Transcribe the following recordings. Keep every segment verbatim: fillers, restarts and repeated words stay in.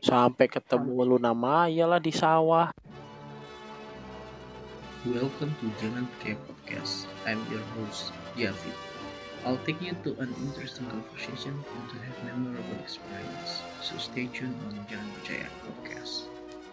Sampai ketemu Luna Maya lah di sawah. Welcome to Jangan Percaya Podcast. I'm your host, Javid. I'll take you to an interesting conversation and to have memorable experience. So stay tuned on Jangan Percaya Podcast.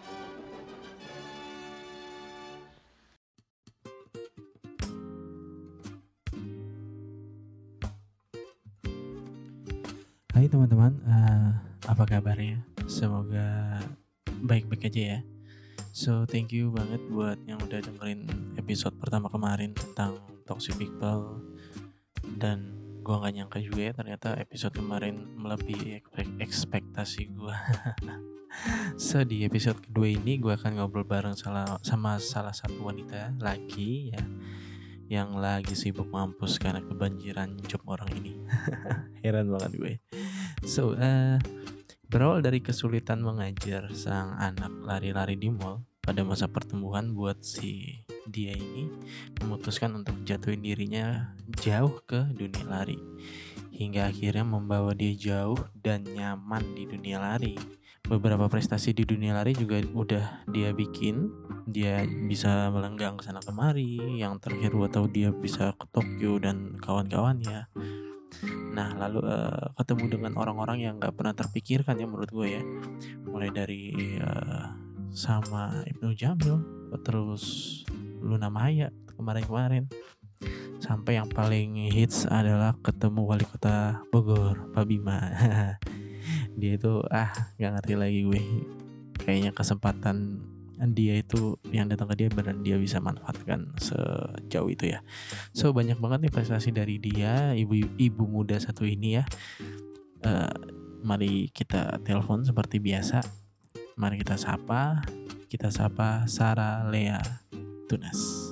Hai teman-teman, uh, apa kabarnya? Semoga baik-baik aja ya. So thank you banget buat yang udah dengerin episode pertama kemarin tentang toxic people. Dan gue gak nyangka juga ya, ternyata episode kemarin melebihi ekspektasi gue. So di episode kedua ini gue akan ngobrol bareng salah, sama salah satu wanita lagi ya, yang lagi sibuk mampus karena kebanjiran job orang ini. Heran banget gue. So uh, berawal dari kesulitan mengajar sang anak lari-lari di mall pada masa pertumbuhan, buat si dia ini memutuskan untuk jatuhin dirinya jauh ke dunia lari, hingga akhirnya membawa dia jauh dan nyaman di dunia lari. Beberapa prestasi di dunia lari juga udah dia bikin. Dia bisa melenggang kesana kemari. Yang terakhir gue tahu dia bisa ke Tokyo dan kawan-kawannya. Nah lalu uh, ketemu dengan orang-orang yang gak pernah terpikirkan ya menurut gue ya. Mulai dari uh, sama Ibnu Jamil, terus Luna Maya kemarin-kemarin, sampai yang paling hits adalah ketemu wali kota Bogor, Pak Bima. Dia itu ah gak ngerti lagi gue. Kayaknya kesempatan dia itu yang datang ke dia beneran dia bisa manfaatkan sejauh itu ya. So banyak banget nih prestasi dari dia, ibu ibu muda satu ini ya. uh, Mari kita telepon seperti biasa. Mari kita sapa. Kita sapa Sarah Lea Tunas.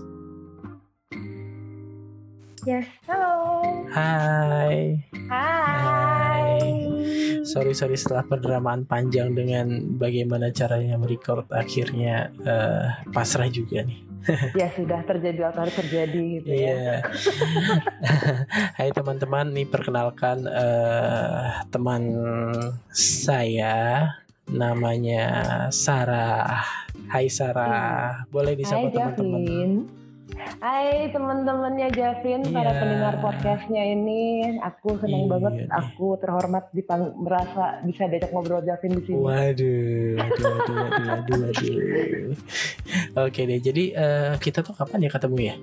Yes, halo. Hai. Hai. Sorry sorry setelah penderamaan panjang dengan bagaimana caranya merecord, akhirnya uh, pasrah juga nih. Ya sudah terjadi atau harus terjadi gitu yeah. ya. Hai teman-teman, nih perkenalkan uh, teman saya, namanya Sarah. Hai Sarah, boleh disapa teman-teman? Hai teman-temannya Javin, yeah. Para pendengar podcastnya ini, aku senang yeah. banget, aku terhormat dipang- merasa bisa diajak ngobrol Javin di sini. Waduh, waduh, waduh, waduh, waduh, waduh. Oke deh, jadi uh, kita tuh kapan ya ketemu ya?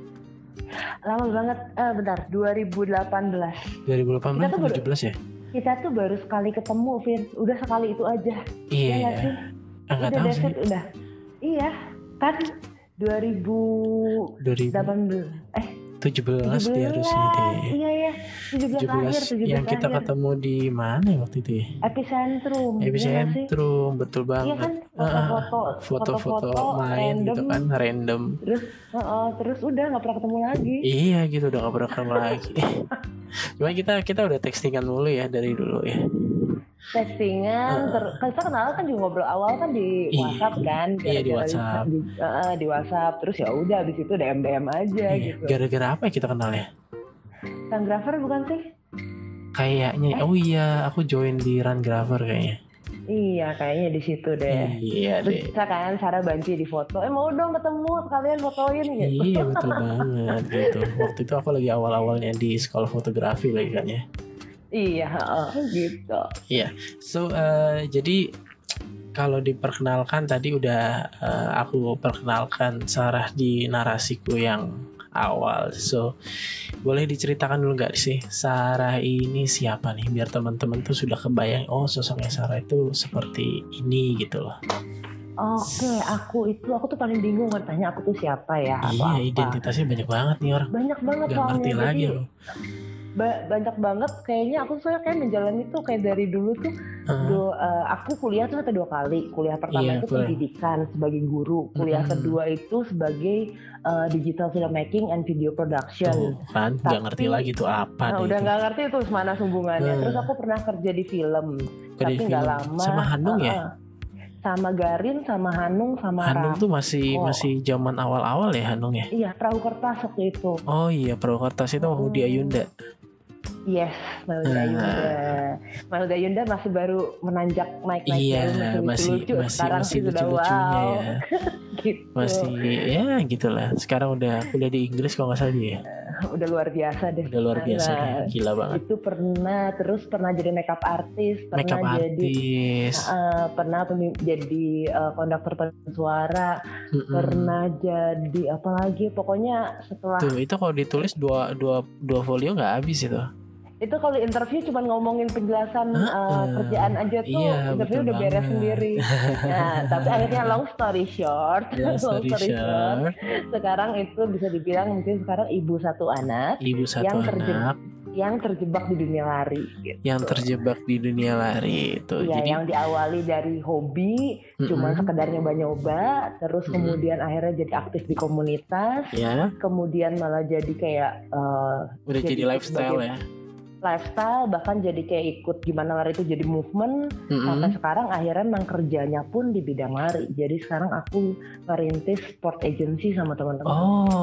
Lama banget, uh, bentar, dua ribu delapan belas. dua ribu delapan belas atau tujuh belas ya? Kita tuh baru sekali ketemu, Vin. Udah sekali itu aja. Iya. Ya, sih? Udah tahu sih. Udah. Iya, kan dua ribu delapan belas eh tujuh belas dia harusnya deh. Iya ya, tujuh belas, tujuh belas akhir, tujuh belas yang kita akhir. ketemu di mana ya waktu itu ya? Epicentrum. Epicentrum, ya betul banget. Iya kan, foto-foto, foto-foto main random, gitu kan, random. Terus, uh, terus udah nggak pernah ketemu lagi. Iya gitu, udah nggak pernah ketemu lagi. Cuma kita kita udah textingan mulu ya dari dulu ya. Textingan, uh, ter- kita kenal kan juga ngobrol awal kan di iya, WhatsApp kan, iya di WhatsApp, di, uh, di WhatsApp, terus ya udah abis itu D M D M aja iya. gitu. Gara-gara apa ya kita kenal ya? Rungraver bukan sih? Kayaknya, eh? oh iya, aku join di Rungraver kayaknya. Iya, kayaknya di situ deh. Iya terus deh. Bisa kan Sarah banci di foto, eh mau dong ketemu sekalian fotoin gitu. Iya betul banget gitu. Waktu itu aku lagi awal-awalnya di sekolah fotografi lagi kan ya. Iya, oh, gitu. Iya, so uh, jadi kalau diperkenalkan tadi udah uh, aku perkenalkan Sarah di narasiku yang awal. So boleh diceritakan dulu nggak sih Sarah ini siapa nih, biar teman-teman tuh sudah kebayang oh sosoknya Sarah itu seperti ini gitu loh. Oke, okay, aku itu aku tuh paling bingung bertanya aku tuh siapa ya. Iya, identitasnya banyak banget nih orang. Banyak banget soalnya. Gak ngerti lagi loh. Ba- banyak banget kayaknya aku soalnya kayak menjalani tuh kayak dari dulu tuh uh-huh. do, uh, aku kuliah tuh sampai dua kali. Kuliah pertama yeah, itu kuliah. pendidikan sebagai guru, kuliah uh-huh. kedua itu sebagai uh, digital filmmaking and video production. Tuh, kan nggak ngerti lagi tuh apa. Nah, udah nggak ngerti tuh mana hubungannya. Uh. Terus aku pernah kerja di film, kerja tapi nggak lama. Sama Hanung uh, ya? Sama Garin, sama Hanung, sama Hanung Rap. tuh masih oh. masih zaman awal-awal ya Hanung ya? Iya, Perahu Kertas waktu itu. Oh iya, Perahu Kertas itu hmm. di Ayunda. Yes, Mailda Ah. Yunda. Mailda Yunda masih baru menanjak naik-naik Iya, dulu, masih lucu-lucu. masih Sekarang masih sih sudah lucu-lucunya wow. ya. Gitu. Masih ya gitulah. Sekarang udah kuliah di Inggris kalau nggak salah dia. Udah luar biasa deh. Udah luar biasa Nah, deh, gila banget. Itu pernah, terus pernah jadi makeup artist, pernah Makeup jadi artist. uh, pernah pemi- jadi uh, konduktor paduan suara, Mm-mm. pernah jadi apa lagi? Pokoknya setelah Tuh itu kalau ditulis dua dua dua folio nggak habis itu. itu kalau interview cuma ngomongin penjelasan uh, Uh-uh. kerjaan aja tuh, Iya, interview betul udah beres banget. sendiri. Nah, tapi akhirnya long story short, Ya, long sorry story short, short. sekarang itu bisa dibilang mungkin sekarang ibu satu anak Ibu satu yang terjebak anak yang terjebak di dunia lari. Gitu. yang terjebak di dunia lari itu. Iya, Jadi yang diawali dari hobi, Mm-mm. cuma sekedar nyoba-nyoba, terus Mm-mm. kemudian akhirnya jadi aktif di komunitas, ya kemudian malah jadi kayak uh, udah jadi, Jadi lifestyle sebagai- ya. lifestyle, bahkan jadi kayak ikut gimana lari itu jadi movement, Mm-mm. sampai sekarang akhirnya memang kerjanya pun di bidang lari. Jadi sekarang aku merintis sport agency sama teman-teman.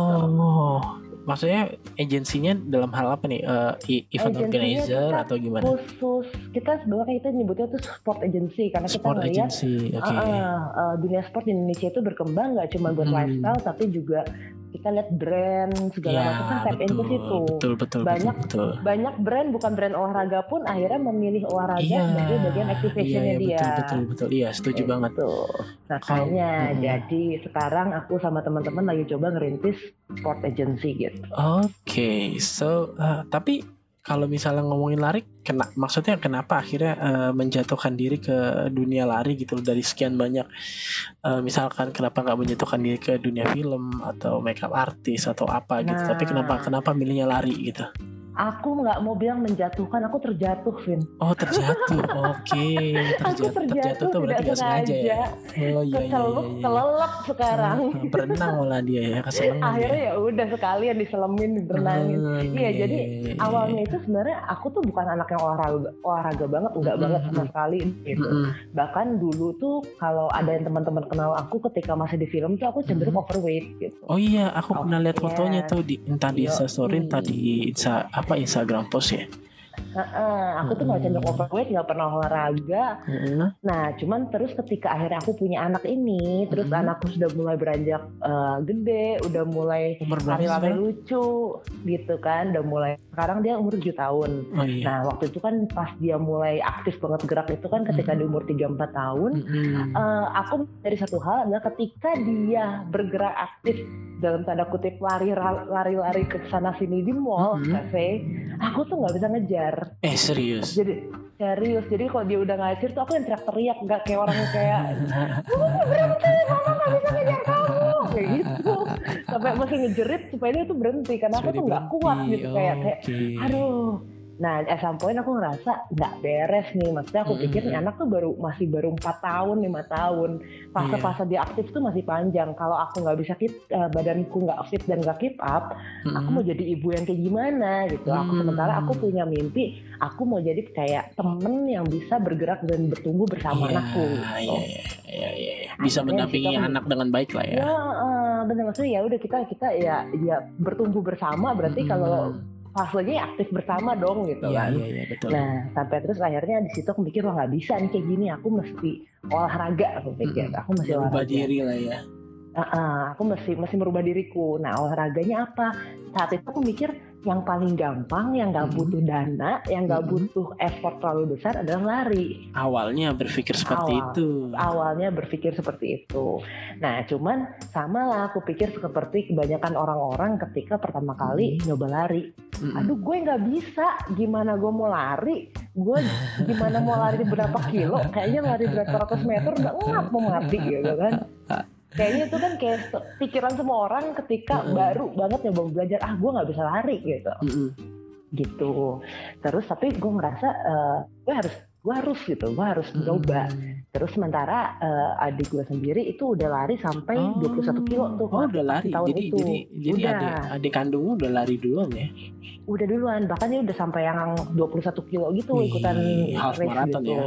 Oh, maksudnya agensinya dalam hal apa nih? Eh, e- event Agensinya organizer kita atau gimana? Khusus kita sebenarnya kita nyebutnya tuh sport agency karena kita Sport melihat agency, oke. Uh, uh, uh, dunia sport di Indonesia itu berkembang nggak cuma buat Hmm. lifestyle tapi juga kita lihat brand segala Ya, macam kan tap into betul, situ. betul, betul, Banyak- betul, betul. Banyak brand bukan brand olahraga pun akhirnya memilih olahraga Iya, sebagai bagian activationnya iya, iya, dia. betul, betul, betul. Iya, setuju Gitu. banget. Makanya Mm-mm. jadi sekarang aku sama teman-teman lagi coba ngerintis sport agency gitu. Oke, so uh, tapi kalau misalnya ngomongin lari, kena, maksudnya kenapa akhirnya uh, menjatuhkan diri ke dunia lari gitu dari sekian banyak, uh, misalkan kenapa nggak menjatuhkan diri ke dunia film atau makeup artist atau apa gitu, Nah. tapi kenapa kenapa milihnya lari gitu? Aku nggak mau bilang menjatuhkan, aku terjatuh, Vin. Oh terjatuh, oke, terjatuh, Aku terjatuh tuh berarti tidak nggak sengaja ya? Oh iya iya Keceluk, iya. iya. kelelep sekarang. Ah, berenang malah dia ya, kesenangan Akhirnya ya. ya udah sekalian diselemin, berenangin. Ah, Iya, jadi iya, iya, Awalnya iya. itu sebenarnya aku tuh bukan anak yang olahraga olahraga banget, enggak Mm-mm, banget sama mm-mm. sekali gitu. Mm-mm. Bahkan dulu tuh kalau ada yang teman-teman kenal aku ketika masih di film tuh aku cenderung overweight gitu. Oh iya, aku Oh, pernah lihat iya. fotonya tuh di entah di Yo, Instastory, entah iya. di Insta, apa Instagram post ya. Heeh, aku tuh nggak cenderung overweight, nggak pernah olahraga. Heeh. Nah, cuman terus ketika akhirnya aku punya anak ini, terus Mhm. anakku sudah mulai beranjak eh, gede, udah mulai Umur berapa sih lari-lari sekarang? lucu gitu kan, udah mulai. Sekarang dia umur tujuh tahun. Oh iya. Nah, waktu itu kan pas dia mulai aktif banget gerak itu kan ketika Mhm. di umur tiga empat tahun. Mm-mm. Eh, aku dari satu hal adalah ketika dia bergerak aktif dalam tanda kutip lari lari-lari ke sana sini di mall, Mhm. cafe, aku tuh nggak bisa ngejar. Eh serius. Jadi serius, jadi kalau dia udah ngacir tuh aku yang teriak-teriak, nggak kayak orang yang kayak "Mama, berhenti, mama nggak bisa ngejar kamu," kayak gitu. Sampai mesti ngejerit supaya dia tuh berhenti karena aku Sudah tuh nggak berhenti. kuat gitu, kayak kayak Oke. aduh. Nah, at some point aku ngerasa nggak beres nih. Maksudnya aku pikir nih Mm-mm. anak tuh baru masih baru empat tahun, lima tahun. Fase-fase dia aktif tuh masih panjang. Kalau aku nggak bisa keep, eh, badanku nggak fit dan nggak keep up, aku mau jadi ibu yang kayak gimana gitu. Aku Hmm. sementara aku punya mimpi, aku mau jadi kayak temen yang bisa bergerak dan bertumbuh bersama Iya, anakku. Gitu. iya, iya, iya, iya. Bisa Akhirnya mendampingi kita- anak dengan baik lah ya. Ya, eh, bener maksudnya ya udah kita kita ya ya bertumbuh bersama. Berarti Mm-mm. kalau pas lagi aktif bersama dong gitu Iya, kan. iya, iya, betul. Nah, sampai terus akhirnya di situ aku mikir wah nggak bisa nih kayak gini, aku mesti olahraga, aku pikir. Mm-mm. Aku mesti Merubah olahraga. diri lah ya. Ah, ah, aku mesti mesti merubah diriku. Nah, olahraganya apa? Saat itu aku mikir yang paling gampang, yang nggak Mm-mm. butuh dana, yang nggak Mm-mm. butuh effort terlalu besar adalah lari. Awalnya berpikir seperti Awal. itu. Awalnya berpikir seperti itu. Nah, cuman sama lah aku pikir seperti kebanyakan orang-orang ketika pertama kali nyoba lari. Mm-mm. Aduh, gue nggak bisa. Gimana gue mau lari? Gue gimana mau lari berapa kilo? Kayaknya lari berapa ratus meter udah ngap mau mati gitu kan. Kayaknya itu kan kayak pikiran semua orang ketika Mm-mm. baru banget nyoba belajar. Ah, gue nggak bisa lari gitu. Mm-mm. Gitu. Terus tapi gue ngerasa eh, gue harus gue harus gitu. Gue harus nyoba. Terus sementara eh, adik gue sendiri itu udah lari sampai Oh. dua puluh satu kilo tuh. Oh, udah lari. tahun Jadi itu. jadi jadi Udah. adik adik kandungmu udah lari duluan ya. Udah duluan, bahkan dia udah sampai yang dua puluh satu kilo gitu Wih, ikutan half race marathon gitu. ya.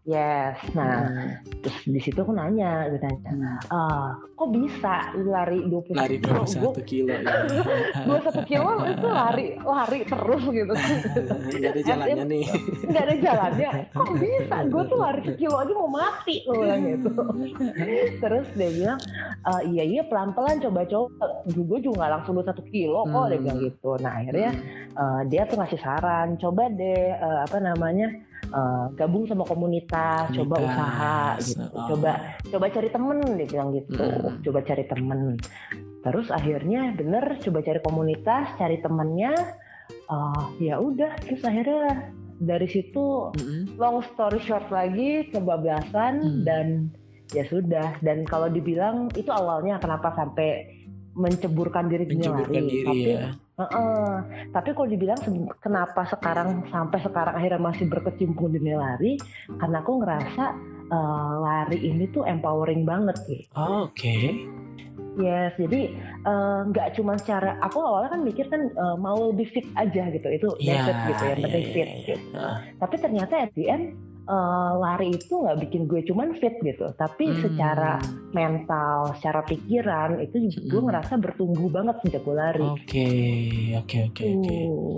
Yes, nah hmm. terus di situ aku nanya, gue tanya, uh, kok bisa lari dua puluh lari dua puluh satu kilo, ya. dua puluh satu kilo itu lari lari terus gitu. Nggak ada jalannya nih. Nggak ada jalannya, kok bisa? Gue tuh lari sekilo aja mau mati, gue bilang gitu. Terus dia bilang, uh, iya iya pelan-pelan coba-coba. Gue juga nggak langsung dua puluh satu kilo kok, hmm. dia bilang gitu. Nah akhirnya uh, dia tuh ngasih saran, coba deh uh, apa namanya. Uh, gabung sama komunitas, komunitas, coba usaha gitu, oh. coba coba cari temen, dia bilang gitu, hmm. coba cari temen. Terus akhirnya bener, coba cari komunitas, cari temennya, uh, ya udah, terus akhirnya dari situ hmm. long story short lagi kebablasan hmm. dan ya sudah. Dan kalau dibilang itu awalnya kenapa sampai menceburkan diri menceburkan lari, diri, tapi ya. Uh-uh. Tapi kalau dibilang kenapa sekarang sampai sekarang akhirnya masih berkecimpung di dunia lari, karena aku ngerasa uh, lari ini tuh empowering banget gitu. Oh, Oke. Okay. Yes, jadi nggak uh, cuma secara aku awalnya kan mikir kan uh, mau lebih fit aja gitu, itu yeah, basic gitu ya, penting yeah, fit yeah, gitu. Uh. Tapi ternyata at the end Uh, lari itu nggak bikin gue cuman fit gitu, tapi hmm. secara mental, secara pikiran itu hmm. gue ngerasa bertumbuh banget sejak gue lari. Oke, oke, oke, oke.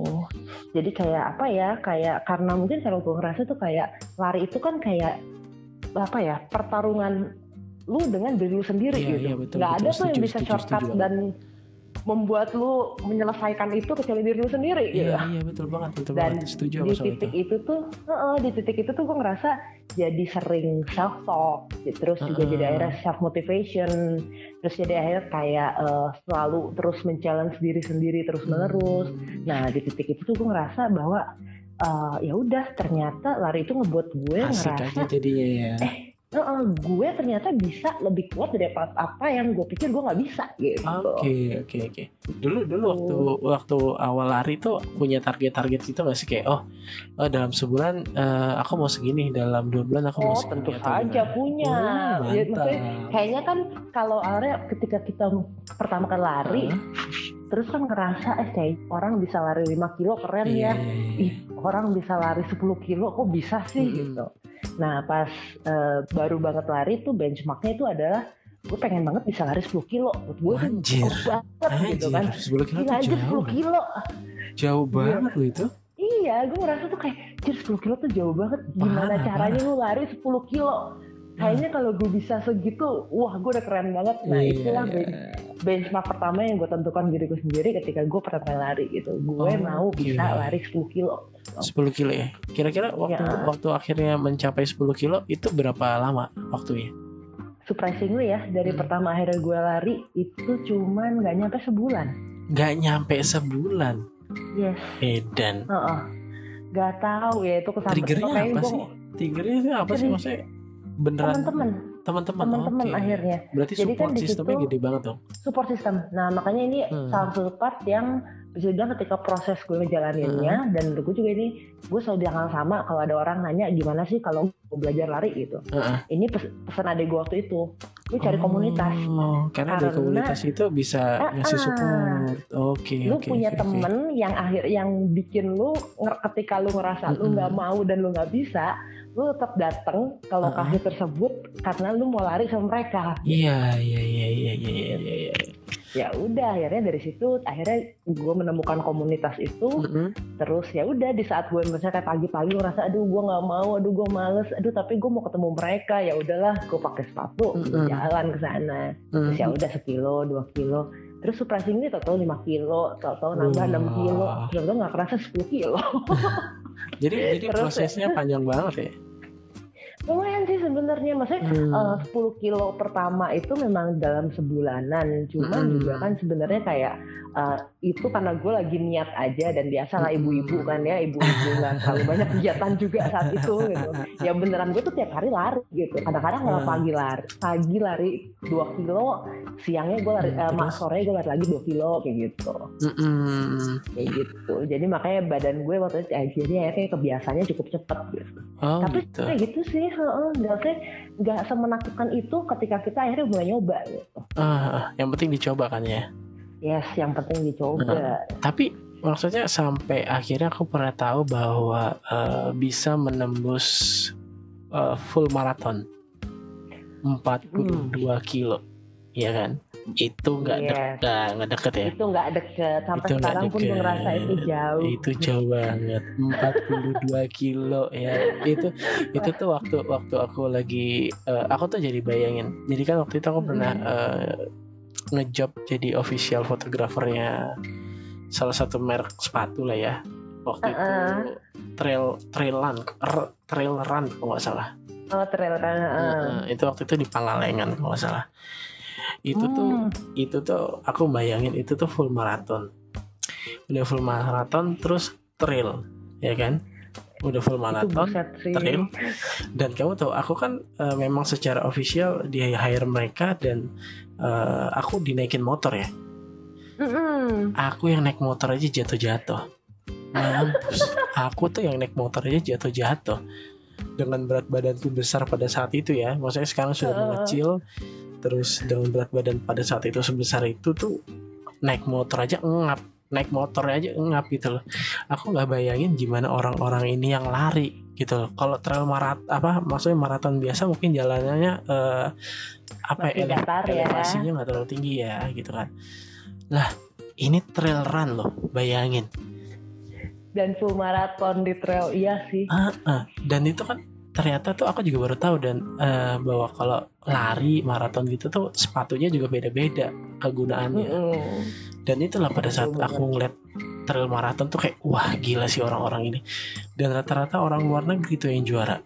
Jadi kayak apa ya? Kayak karena mungkin kalau gue ngerasa tuh kayak lari itu kan kayak apa ya? Pertarungan lu dengan diri lu sendiri iya, gitu. Iya, betul, nggak betul, ada setuju, tuh yang bisa setuju, shortcut setuju, dan membuat lu menyelesaikan itu kecuali diri lu sendiri gitu. Iya, iya betul banget, betul Dan banget. Setuju di titik itu. itu tuh, uh, di titik itu tuh gue ngerasa jadi sering self talk, terus uh-uh. juga jadi akhirnya self motivation, terus jadi akhirnya kayak uh, selalu terus men-challenge diri sendiri terus menerus. Hmm. Nah di titik itu tuh gue ngerasa bahwa uh, ya udah ternyata lari itu ngebuat gue asik ngerasa aja jadinya ya. Eh, Uh, gue ternyata bisa lebih kuat dari apa, apa yang gue pikir gue nggak bisa gitu. Oke oke oke. Dulu dulu waktu waktu awal lari tuh punya target-target gitu nggak sih, kayak oh, oh dalam sebulan uh, aku mau segini, dalam dua bulan aku oh, mau segini. Oh tentu saja punya. Oh, ya, maksudnya, kayaknya kan kalau area ketika kita pertama kali lari, uh. terus kan ngerasa eh kayak orang bisa lari lima kilo keren yeah, ya. Yeah, yeah. Ih, orang bisa lari sepuluh kilo kok bisa sih hmm. gitu. Nah pas uh, baru banget lari tuh benchmarknya itu adalah gue pengen banget bisa lari sepuluh kilo. Buat gue anjir, tuh banget anjir, gitu kan. sepuluh kilo Gila, tuh jauh. sepuluh kilo. Jauh banget loh itu. Iya, gue ngerasa tuh kayak anjir sepuluh kilo tuh jauh banget. Gimana parah, caranya parah. Lu lari sepuluh kilo? Kayaknya kalau gue bisa segitu, wah gue udah keren banget. Nah yeah. itulah benchmark pertama yang gue tentukan diriku sendiri ketika gue pertama kali lari gitu. Gue oh, mau okay. bisa lari sepuluh kilo. sepuluh kilo ya. Kira-kira waktu ya. waktu akhirnya mencapai sepuluh kilo itu berapa lama waktunya? Surprisingly ya, dari hmm. pertama akhirnya gue lari itu cuman nggak nyampe sebulan. Nggak nyampe sebulan? Yes. Edan. Uh-uh. Gak tahu ya itu kesampe. Triggernya apa gua... sih? Triggernya itu apa sih maksudnya? Beneran teman-teman teman-teman teman-teman okay. akhirnya. Berarti jadi support kan sistemnya gede banget dong. Support system. Nah makanya ini hmm. salah satu part yang bisa dibilang ketika proses gue ngejalaninnya, hmm. dan gue juga ini gue selalu bilang sama kalau ada orang nanya gimana sih kalau gue belajar lari gitu. Hmm. Ini pes- pesan adik gue waktu itu. Gue cari oh, komunitas. Karena, karena di komunitas itu bisa uh, ngasih support. Oke okay, oke. Lu okay, punya okay, temen okay. yang akhir yang bikin lu ketika lu ngerasa hmm. lu nggak mau dan lu nggak bisa, lu tetap datang ke lokasi uh-huh. tersebut karena lu mau lari sama mereka. Iya iya iya iya iya iya. Ya udah akhirnya dari situ akhirnya gue menemukan komunitas itu. Mm-hmm. Terus ya udah di saat gue misalnya kayak pagi-pagi ngerasa aduh gue nggak mau, aduh gue males, aduh tapi gue mau ketemu mereka, ya udahlah gue pakai sepatu mm-hmm. jalan ke sana. Mm-hmm. Terus ya udah sekilo dua kilo. Terus surprisingly tau-tau lima kilo, tau-tau nambah wow. enam kilo, tau-tau nggak kerasa sepuluh kilo. jadi jadi terus, prosesnya ya. Panjang banget ya. Lumayan sih sebenarnya, maksudnya hmm. uh, sepuluh kilo pertama itu memang dalam sebulanan, cuman hmm. juga kan sebenarnya kayak uh, itu karena gue lagi niat aja dan biasalah ibu-ibu kan ya, ibu-ibu nggak terlalu banyak kegiatan juga saat itu gitu. Ya beneran gue tuh tiap hari lari gitu, kadang-kadang malah hmm. pagi lari, pagi lari dua kilo, siangnya gue lari, uh, mak sore gue lari lagi dua kilo kayak gitu, hmm. kayak gitu. Jadi makanya badan gue waktu itu akhirnya kayak kebiasaannya cukup cepet gitu. Oh, tapi gitu. Kayak gitu sih. Nggak sih, nggak semenakutkan itu ketika kita akhirnya mulai nyoba gitu. Uh, yang penting dicoba kan ya. Yes, yang penting dicoba. Uh, tapi maksudnya sampai akhirnya aku pernah tahu bahwa uh, bisa menembus uh, full maraton empat puluh dua hmm. kilo, ya kan? Itu nggak Yes. deket, nggak deket ya? Itu nggak deket sampai Itu nggak sekarang pun gue deket. ngerasa itu jauh. Itu jauh banget, empat puluh dua kilo ya. Itu itu tuh waktu waktu aku lagi uh, aku tuh jadi bayangin. Jadi kan waktu itu aku pernah uh, ngejob jadi official fotografernya salah satu merek sepatu lah ya. Waktu Uh-uh. itu trail trail run r- trail run kalau nggak salah. Oh trail kan. Uh. Uh, itu waktu itu di Pangalengan kalau nggak salah. Itu tuh Hmm. itu tuh aku bayangin itu tuh full maraton. Udah full maraton terus trail, ya kan? Udah full Itu maraton, buset sih. trail. Dan kamu tahu aku kan uh, memang secara official di hire mereka dan uh, aku dinaikin motor ya. Mm-mm. Aku yang naik motor aja jatuh-jatuh. Mampus. Aku tuh yang naik motor aja jatuh-jatuh. Dengan berat badanku besar pada saat itu ya. Maksudnya sekarang sudah Uh. mengecil. Terus dengan berat badan pada saat itu sebesar itu tuh naik motor aja ngap. Naik motor aja ngap gitu loh. Aku nggak bayangin gimana orang-orang ini yang lari gitu loh. Kalau trail marat apa maksudnya maraton biasa mungkin jalanannya eh, apa Masih ele- datar ya. elevasinya nggak terlalu tinggi ya gitu kan. Lah ini trail run loh, bayangin. Dan full maraton di trail, iya sih. Ah, ah. Dan itu kan ternyata tuh aku juga baru tahu dan eh, bahwa kalau lari maraton gitu tuh sepatunya juga beda-beda kegunaannya. Mm-mm. Dan itulah pada saat aku ngeliat trail maraton tuh kayak wah gila sih orang-orang ini. Dan rata-rata orang luar negeri tuh yang juara.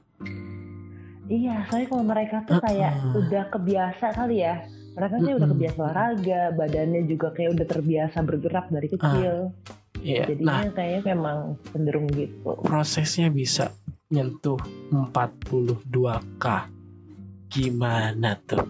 Iya, soalnya kalau mereka tuh kayak Uh-uh. udah kebiasa kali ya. Mereka sih udah Mm-mm. kebiasa olahraga, badannya juga kayak udah terbiasa bergerak dari kecil. Iya. Jadinya Nah kayaknya memang cenderung gitu. prosesnya bisa nyentuh empat puluh dua K. Gimana tuh?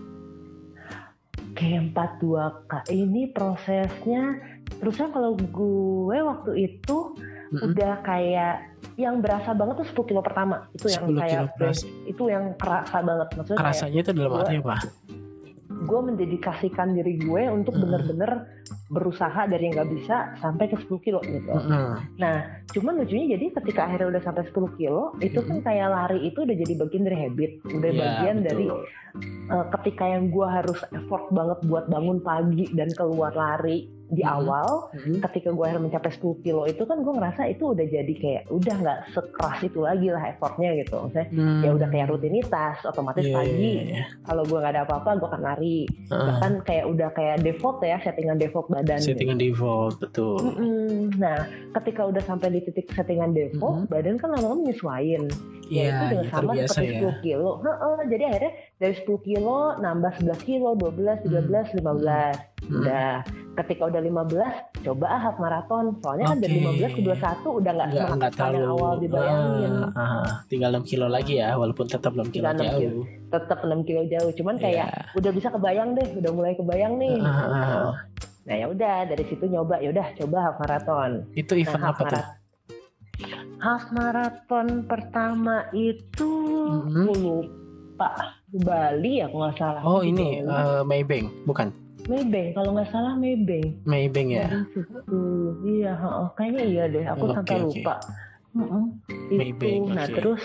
Kayak empat puluh dua K ini prosesnya. Terusnya kalau gue waktu itu Mm-mm. udah kayak yang berasa banget tuh sepuluh kilo pertama. Itu yang sepuluh kilo kayak beras. itu yang kerasa banget. Maksudnya kayak Kerasanya itu dalam gue- arti apa? gue mendedikasikan diri gue untuk Mm-mm. bener-bener berusaha dari yang nggak bisa sampai ke sepuluh kilo gitu. Mm-mm. Nah, cuman lucunya jadi ketika akhirnya udah sampai sepuluh kilo, itu kan kayak lari itu udah jadi bagian dari habit, udah Iya, bagian betul. dari uh, ketika yang gue harus effort banget buat bangun pagi dan keluar lari di Mhm. awal, Mhm. ketika gue akhirnya mencapai sepuluh kilo itu kan gue ngerasa itu udah jadi kayak udah nggak sekeras itu lagi lah effortnya gitu. Maksudnya Hmm. ya udah kayak rutinitas, otomatis Iya, pagi iya, iya. kalau gue nggak ada apa-apa gue akan lari. Heeh. Bahkan kayak udah kayak default ya, settingan default badan. Settingan gitu. default betul. Mm-mm. Nah, ketika udah sampai di titik settingan default, Mhm. badan kan lama-lama menyesuaiin. Ya itu Iya, dengan ya, sama terbiasa seperti ya. sepuluh kilo. Heeh, jadi akhirnya dari sepuluh kilo nambah sebelas kilo, dua belas, tiga belas, lima belas. Hmm. Udah, ketika udah lima belas, coba ah half marathon. Soalnya kan dari Oke. lima belas ke dua puluh satu udah nggak Nggak nggak semengketan yang terlalu awal dibayangin. ah, ah, tinggal enam kilo lagi ya walaupun tetap enam kilo Tinggal enam kilo. jauh. Tetap enam kilo jauh, cuman kayak Iya. udah bisa kebayang deh, udah mulai kebayang nih. Ah, ah, ah. Nah ya udah dari situ nyoba, ya udah coba half marathon. Itu event Nah, apa tuh? Half marathon pertama itu Mhm. aku lupa, Bali ya kalau nggak salah. Oh Di ini Bali. eh, Maybank bukan? Maybank, kalau nggak salah Maybank. Maybank ya. Dari situ, iya, heeh, kayaknya iya deh. Aku Oke, sampai oke. lupa. Mm-mm, itu. Maybank, Nah oke. terus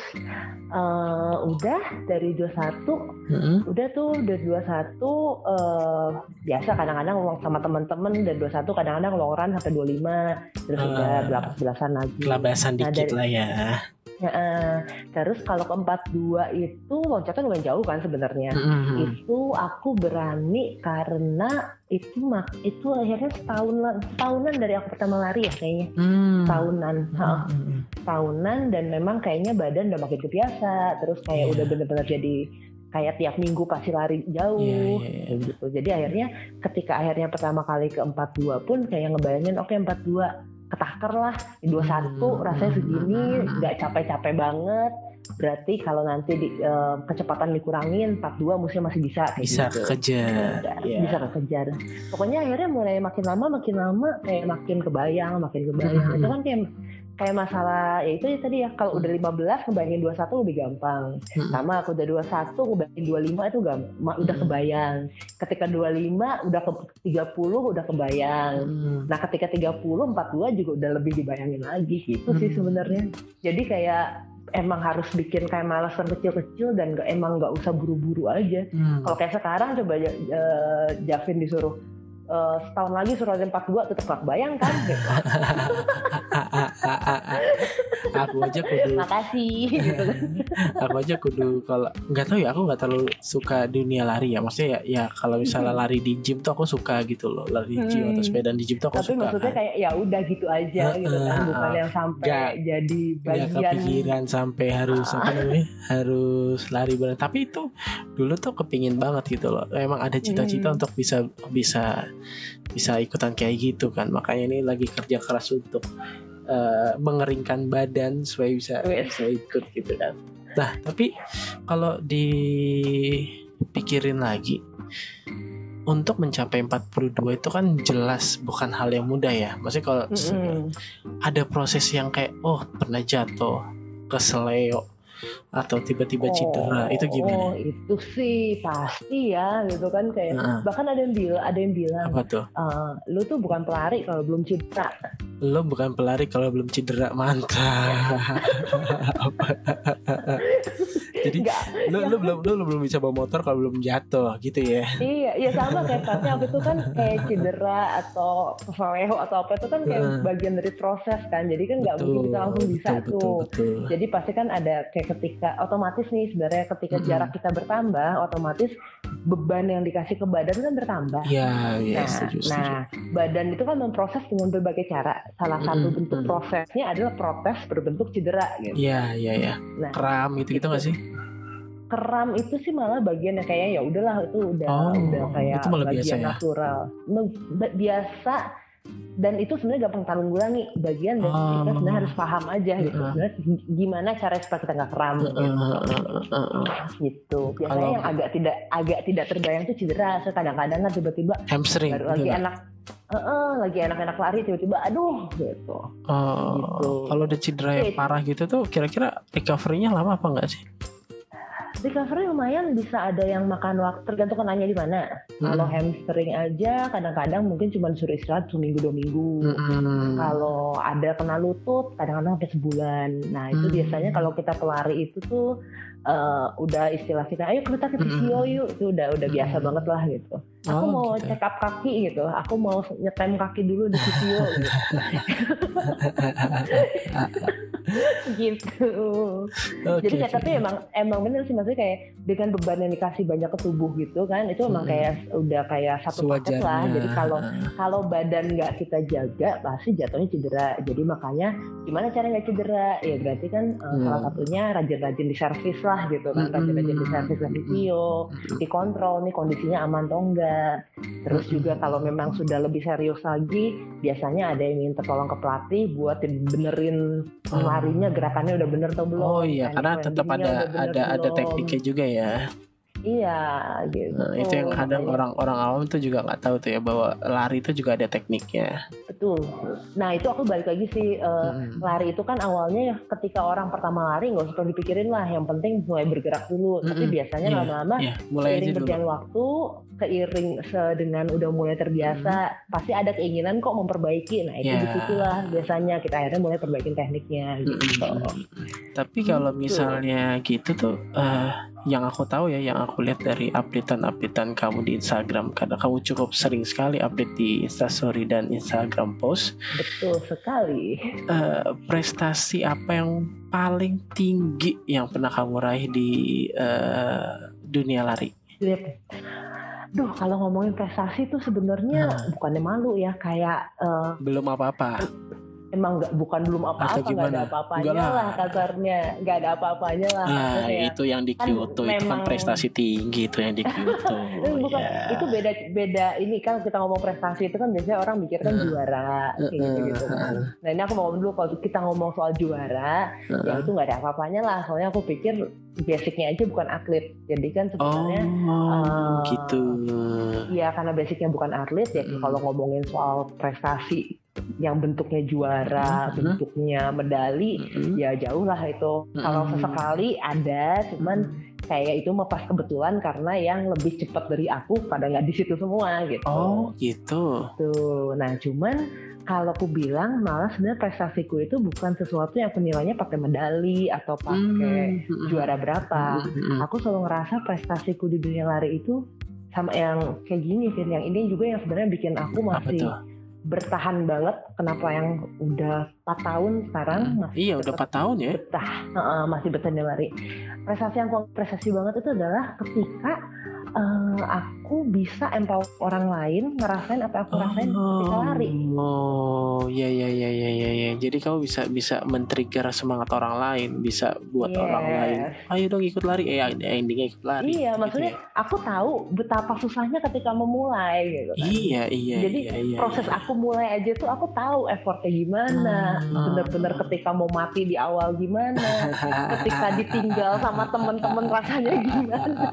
eh, udah dari dua puluh satu, Mm-mm. udah tuh udah dua puluh satu eh, biasa kadang-kadang ngomong sama teman-teman dan dua puluh satu kadang-kadang long run sampai dua puluh lima, terus Ah. udah belas-belasan lagi. Kelabasan Nah, dikit dari- lah ya. Ya, eh, terus kalau ke empat puluh dua itu loncatnya lumayan jauh kan sebenarnya. Mm-mm. Itu aku berani karena itu mak itu akhirnya setahunan setahunan dari aku pertama lari ya kayaknya. Hmm. Tahunan, heeh, Mm-mm. tahunan dan memang kayaknya badan udah makin kebiasa, terus kayak Iya. udah bener-bener jadi kayak tiap minggu pasti lari jauh. Iya, iya, iya. Gitu. Jadi akhirnya ketika akhirnya pertama kali ke empat puluh dua pun kayak ngebayangin oke empat puluh dua ketaker lah, di dua puluh satu Hmm. rasanya segini, nggak capek-capek banget. Berarti kalau nanti di, eh, kecepatan dikurangin empat puluh dua musuhnya masih bisa kayak Bisa gitu. kejar. Udah, Iya. bisa kekejar. Pokoknya akhirnya mulai makin lama makin lama kayak makin kebayang, makin kebayang. Hmm. Itu kan kayak kayak masalah ya itu ya tadi ya kalau udah lima belas ngebayangin dua puluh satu lebih gampang. Mm-mm. Sama aku udah dua puluh satu ngebayangin dua puluh lima itu gampang, udah Hmm. kebayang. Ketika dua puluh lima udah ke tiga puluh udah kebayang. Mm. Nah ketika tiga puluh, empat puluh dua juga udah lebih dibayangin lagi gitu sih Hmm. sebenarnya. Jadi kayak emang harus bikin kayak malasan kecil-kecil dan gak, emang nggak usah buru-buru aja. Hmm. Kalau kayak sekarang coba uh, Javin disuruh uh, setahun lagi suruh aja empat dua tetap gak kebayang kan? Gitu. Aku aja kudu makasih gitu. Aku aja kudu kalau nggak tahu ya, aku nggak terlalu suka dunia lari ya, maksudnya ya, ya kalau misalnya lari di gym tuh aku suka gitu loh, lari di gym hmm. atau sepeda di gym tuh aku tapi suka. Tapi maksudnya kan. kayak ya udah gitu aja uh, gitu kan, bukan uh, yang sampai gak, jadi bagian. Gak kepikiran sampai harus uh. apa namanya harus lari berat. Tapi itu dulu tuh kepingin banget gitu loh. Emang ada cita-cita hmm. untuk bisa bisa bisa ikutan kayak gitu kan. Makanya ini lagi kerja keras untuk Uh, mengeringkan badan supaya bisa, bisa ikut gitu kan. Nah tapi kalau dipikirin lagi, untuk mencapai empat puluh dua itu kan jelas bukan hal yang mudah ya. Maksudnya kalau mm-hmm. ada proses yang kayak oh pernah jatuh, keseleo atau tiba-tiba cedera, oh, itu gimana? Oh itu sih pasti ya gitu kan kayak uh-huh. bahkan ada yang bilang ada yang bilang apa tuh? Uh, lu tuh bukan pelari kalau belum cedera. Lo bukan pelari kalau belum cedera, mantap. Jadi lu, lu belum lu belum bisa bawa motor kalau belum jatuh gitu ya? Iya, ya sama kayak pasnya waktu itu kan kayak cedera atau keseleo atau apa itu kan kayak uh, bagian dari proses kan. Jadi kan nggak mungkin kita langsung bisa betul, tuh. Betul, betul. Jadi pasti kan ada kayak ketika otomatis nih sebenarnya ketika mm-hmm. jarak kita bertambah, otomatis beban yang dikasih ke badan kan bertambah. Iya, iya. Nah, setuju, setuju. nah, badan itu kan memproses dengan berbagai cara. Salah satu mm-hmm. bentuk prosesnya adalah protes berbentuk cedera. Gitu. Iya, iya, iya. Nah, kram gitu gitu nggak sih? Kram itu sih malah bagian yang kayak ya udahlah itu udah oh, udah kayak bagian biasa ya? natural. Biasa. Dan itu sebenarnya gampang tanggulangi bagian dan oh. kita sebenarnya harus paham aja gitu uh. sebenarnya gimana cara supaya kita nggak kram gitu. Uh, uh, uh, uh. gitu biasanya Kalau... yang agak tidak agak tidak terbayang tuh cedera. So, kadang-kadang kan tiba-tiba hamstring baru lagi enak uh, uh, lagi enak-enak lari tiba-tiba aduh gitu. Oh, gitu. Kalau ada cedera yang parah gitu tuh kira-kira recovery-nya lama apa enggak sih? Recovery lumayan bisa ada yang makan waktu tergantung kenanya di mana. Hmm. Kalau hamstring aja kadang-kadang mungkin cuma disuruh istirahat seminggu dua minggu. Hmm. Kalau ada kena lutut kadang-kadang sampai sebulan. Nah itu hmm. biasanya kalau kita pelari itu tuh uh, udah istilah kita ayo kita ke fisio yuk, itu udah udah biasa hmm. banget lah gitu. Aku oh, mau gitu. Check up kaki gitu, aku mau nyetem kaki dulu di fisio gitu. gitu. Okay, Jadi kayak okay. tapi emang emang bener sih maksudnya kayak dengan beban yang dikasih banyak ke tubuh gitu kan, itu emang hmm. kayak udah kayak satu paket lah. Jadi kalau kalau badan nggak kita jaga pasti jatuhnya cedera. Jadi makanya gimana cara nggak cedera? Ya berarti kan hmm. salah satunya rajin-rajin di servis lah gitu kan, rajin-rajin di servis ke fisio, dikontrol nih kondisinya aman atau enggak. Terus juga kalau memang sudah lebih serius lagi, biasanya ada yang minta tolong ke pelatih buat benerin larinya, gerakannya udah bener atau belum. Oh iya, karena tetap ada ada ada tekniknya juga ya. Iya, gitu. Nah, itu yang kadang orang-orang awam tuh juga nggak tahu tuh ya bahwa lari itu juga ada tekniknya. Betul. Nah itu aku balik lagi sih uh, hmm. lari itu kan awalnya ketika orang pertama lari nggak usah dipikirin lah, yang penting mulai bergerak dulu. Hmm. Tapi biasanya yeah. lama-lama yeah. seiring berjalan waktu, keiring dengan udah mulai terbiasa, hmm. pasti ada keinginan kok memperbaiki. Nah itu yeah. disitulah biasanya kita akhirnya mulai perbaikin tekniknya. Gitu. Hmm. Tapi kalau misalnya gitu tuh. Uh, yang aku tahu ya, yang aku lihat dari updatean-updatean kamu di Instagram, karena kamu cukup sering sekali update di Instastory dan Instagram post. Betul sekali. Uh, prestasi apa yang paling tinggi yang pernah kamu raih di uh, dunia lari? Duh, kalau ngomongin prestasi tuh sebenarnya hmm. bukannya malu ya, kayak uh, belum apa-apa. Emang nggak, bukan belum apa-apa, nggak ada apa-apanya lah. lah kasarnya, nggak ada apa-apanya lah. Nah, itu yang di Kyoto kan itu memang, kan prestasi tinggi itu yang di Kyoto. Bukan, yeah. itu beda beda ini kan kita ngomong prestasi itu kan biasanya orang mikir kan uh, juara kayak uh, gitu-gitu kan. Nah ini aku mau ngomong dulu kalau kita ngomong soal juara, uh, ya itu nggak ada apa-apanya lah. Soalnya aku pikir basicnya aja bukan atlet, jadi kan sebenarnya. Oh, uh, gitu. Iya karena basicnya bukan atlet ya. Hmm. Kalau ngomongin soal prestasi yang bentuknya juara, mm-hmm. bentuknya medali, mm-hmm. ya jauh lah itu. Mm-hmm. Kalau sesekali ada, cuman kayak itu mah pas kebetulan karena yang lebih cepat dari aku pada nggak di situ semua gitu. Oh gitu. Tuh, nah cuman kalau aku bilang malah sebenarnya prestasiku itu bukan sesuatu yang penilainya pakai medali atau pakai hmm. juara berapa. Hmm. Aku selalu ngerasa prestasiku di dunia lari itu sama yang kayak gini, Vin. Yang ini juga yang sebenarnya bikin aku masih bertahan banget. Kenapa yang udah empat tahun sekarang masih iya udah empat tahun ya betah, uh, masih betah di lari. Prestasi yang prestasi banget itu adalah ketika uh, aku bisa empower orang lain ngerasain apa aku rasain oh, ketika lari. Oh, ya ya ya ya ya ya. Jadi kamu bisa bisa men-trigger semangat orang lain, bisa buat yes. orang lain, ayo dong ikut lari, eh endingnya ikut lari. Iya, gitu maksudnya ya. Aku tahu betapa susahnya ketika memulai gitu kan. Iya, iya. Jadi iya, iya, proses iya. aku mulai aja tuh aku tahu effortnya gimana, hmm. bener-bener ketika mau mati di awal gimana, ketika ditinggal sama temen-temen rasanya gimana.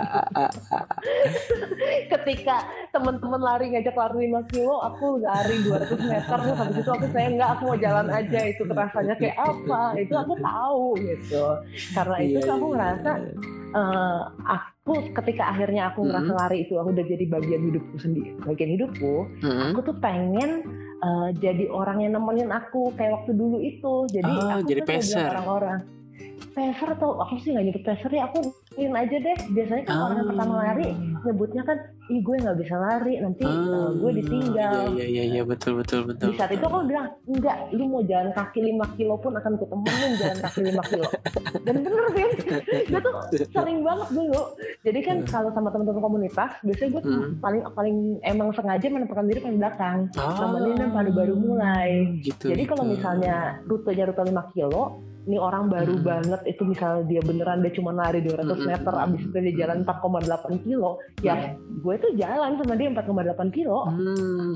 Ketika teman-teman lari ngajak lari lima kilo, aku lari dua ratus meter, terus habis itu aku saya enggak, aku mau jalan aja, itu rasanya kayak apa, itu aku tahu gitu. Karena itu yeah, aku ngerasa uh, aku ketika akhirnya aku ngerasa mm-hmm. lari itu aku udah jadi bagian hidupku sendiri, bagian hidupku, mm-hmm. aku tuh pengen uh, jadi orang yang nemenin aku kayak waktu dulu itu. Jadi oh, aku jadi tuh kayak orang-orang peser atau aku sih nggak nyebut peser ya, aku ngin aja deh. Biasanya kan oh. orang yang pertama lari nyebutnya kan, ih gue nggak bisa lari nanti oh. uh, gue ditinggal. Iya iya iya betul betul betul. Di saat itu aku bilang enggak, lu mau jalan kaki lima kilo pun akan ku temenin jalan kaki lima kilo. Dan bener kan, gue tuh sering banget dulu. Jadi kan hmm. kalau sama teman-teman komunitas, biasanya gue hmm. paling paling emang sengaja menempatkan diri paling belakang, oh. temenin yang pada baru mulai. Gitu, Jadi gitu. Kalau misalnya rutenya rute lima kilo, ini orang baru hmm. banget itu misalnya dia beneran dia cuma lari dua ratus meter, hmm. abis itu dia jalan empat koma delapan kilo, hmm. ya gue tuh jalan sama dia empat koma delapan kilo. Hmm.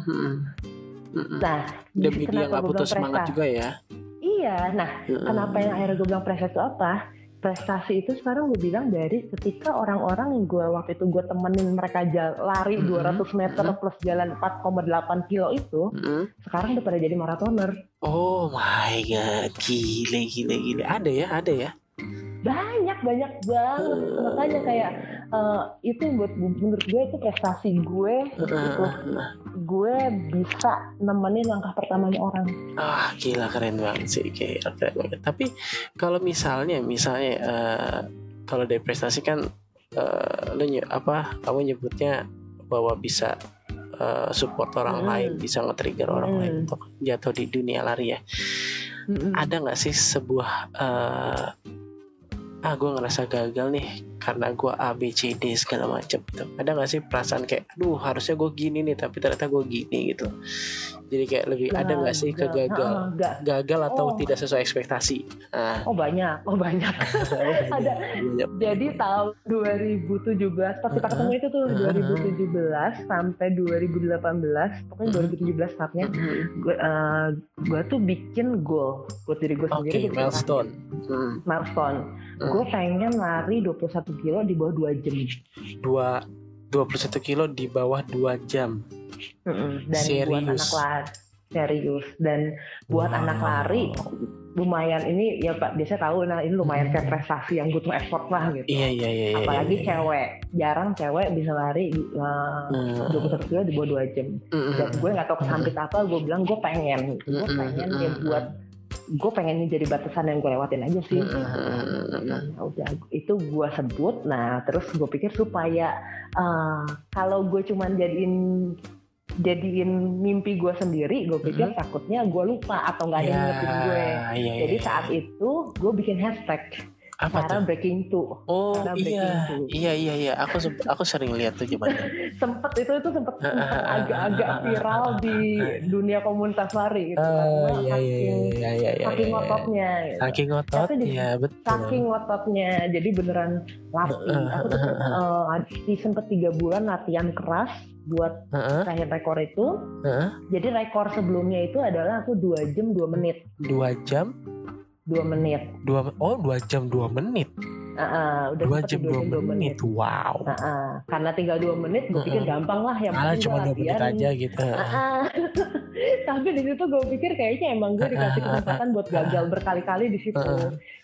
Hmm. Nah, demi dia nggak putus semangat juga ya. Iya, nah hmm. kenapa yang akhirnya gue bilang prestasi itu apa? Prestasi itu sekarang gue bilang dari ketika orang-orang yang gue waktu itu gue temenin mereka jala, lari mm-hmm. dua ratus meter mm-hmm. plus jalan empat koma delapan kilo itu, mm-hmm. sekarang udah pada jadi maratoner. Oh my god, gile gile gile. Ada ya, ada ya. Banyak banyak banget. Uh. Makanya kayak uh, itu buat menurut gue itu prestasi gue. Uh. Itu gue bisa nemenin langkah pertamanya orang. Ah, gila keren banget sih, kayak keren banget. Tapi kalau misalnya, misalnya uh, kalau dari prestasi kan, uh, lo ny- apa, kamu nyebutnya bahwa bisa uh, support orang hmm. lain, bisa nge-trigger orang hmm. lain untuk jatuh di dunia lari ya. Hmm. Ada nggak sih sebuah uh, ah gue ngerasa gagal nih karena gue A B C D segala macam gitu. Ada nggak sih perasaan kayak aduh harusnya gue gini nih tapi ternyata gue gini gitu. Jadi kayak lebih nah, ada nggak sih kegagal nah, gagal atau oh. tidak sesuai ekspektasi? Ah. Oh banyak, oh banyak. Ada. Banyak. Jadi tahun dua ribu tujuh belas pas kita ketemu itu tuh dua ribu tujuh belas sampai dua ribu delapan belas, pokoknya dua ribu tujuh belas saatnya gue uh, gue tuh bikin goal buat diri gue sendiri. Oke, okay, milestone. Hmm. Milestone. Hmm. Gue pengen lari dua puluh satu kilo di bawah dua jam. Dua dua puluh satu kilo di bawah dua jam. Mm-mm. Dan serius. Buat anak lari serius dan buat wow. anak lari lumayan ini ya Pak, biasa tahu nah ini lumayan kayak prestasi yang butuh effort lah gitu. Iya iya iya. Apalagi iya, iya. cewek, jarang cewek bisa lari uh, mm. dua puluh satu kilo di bawah dua jam. Mm. Dan gue nggak tahu kesampit apa, gue bilang gue pengen, gue pengen mm. ya buat gue pengen ini jadi batasan yang gue lewatin aja sih. Nah, udah itu gue sebut. Nah terus gue pikir supaya uh, kalau gue cuman jadiin jadiin mimpi gue sendiri, gue pikir mm-hmm. takutnya gue lupa atau nggak ada yang ngertiin gue. Yeah, jadi yeah, saat yeah. itu gue bikin hashtag. Apa cara tuh? breaking two. Oh iya, iya iya iya. Aku aku sering lihat tuh gimana. sempet itu itu sempet, sempet agak-agak viral di dunia komunitas lari gitu. Oh iya iya iya iya. Saking ngototnya. Gitu. Saking ngototnya, betul. Saking ngototnya, jadi beneran latih. Aku tuh uh, sempet tiga bulan latihan keras buat terakhir rekor itu. Uh-huh. Jadi rekor sebelumnya itu adalah aku dua jam dua menit. Dua jam? Dua menit. Dua oh dua jam dua menit. Uh, uh, udah dua jam dua menit. menit. Wow. Uh, uh. Karena tinggal dua menit, gue pikir uh, uh. gampang lah yang penting cuma dua menit aja gitu. Uh, uh. Tapi di situ gue pikir kayaknya emang gue dikasih kesempatan buat gagal berkali-kali di situ. Uh, uh.